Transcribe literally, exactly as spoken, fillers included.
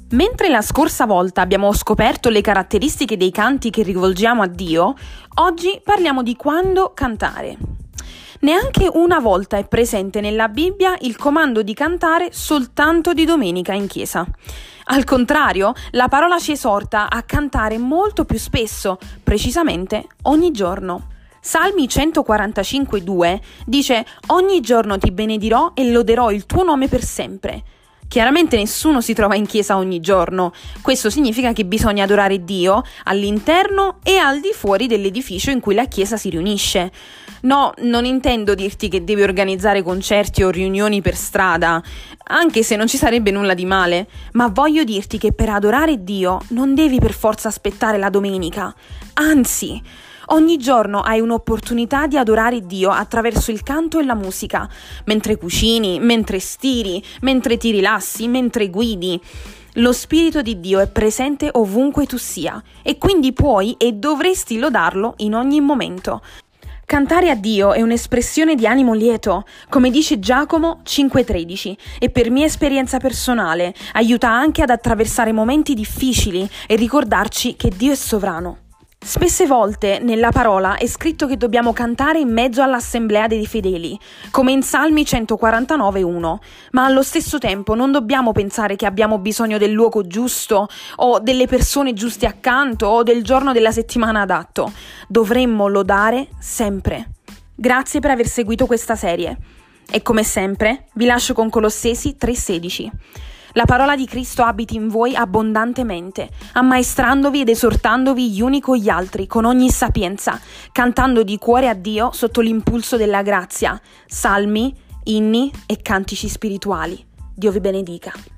Mentre la scorsa volta abbiamo scoperto le caratteristiche dei canti che rivolgiamo a Dio, oggi parliamo di quando cantare. Neanche una volta è presente nella Bibbia il comando di cantare soltanto di domenica in chiesa. Al contrario, la parola ci esorta a cantare molto più spesso, precisamente ogni giorno. Salmi centoquarantacinque due dice: «Ogni giorno ti benedirò e loderò il tuo nome per sempre». Chiaramente nessuno si trova in chiesa ogni giorno. Questo significa che bisogna adorare Dio all'interno e al di fuori dell'edificio in cui la chiesa si riunisce. No, non intendo dirti che devi organizzare concerti o riunioni per strada, anche se non ci sarebbe nulla di male, ma voglio dirti che per adorare Dio non devi per forza aspettare la domenica. Anzi, ogni giorno hai un'opportunità di adorare Dio attraverso il canto e la musica, mentre cucini, mentre stiri, mentre ti rilassi, mentre guidi. Lo Spirito di Dio è presente ovunque tu sia e quindi puoi e dovresti lodarlo in ogni momento. Cantare a Dio è un'espressione di animo lieto, come dice Giacomo cinque tredici, e per mia esperienza personale aiuta anche ad attraversare momenti difficili e ricordarci che Dio è sovrano. Spesse volte nella parola è scritto che dobbiamo cantare in mezzo all'assemblea dei fedeli, come in Salmi centoquarantanove uno, ma allo stesso tempo non dobbiamo pensare che abbiamo bisogno del luogo giusto o delle persone giuste accanto o del giorno della settimana adatto. Dovremmo lodare sempre. Grazie per aver seguito questa serie e come sempre vi lascio con Colossesi tre sedici. La parola di Cristo abiti in voi abbondantemente, ammaestrandovi ed esortandovi gli uni con gli altri, con ogni sapienza, cantando di cuore a Dio sotto l'impulso della grazia, salmi, inni e cantici spirituali. Dio vi benedica.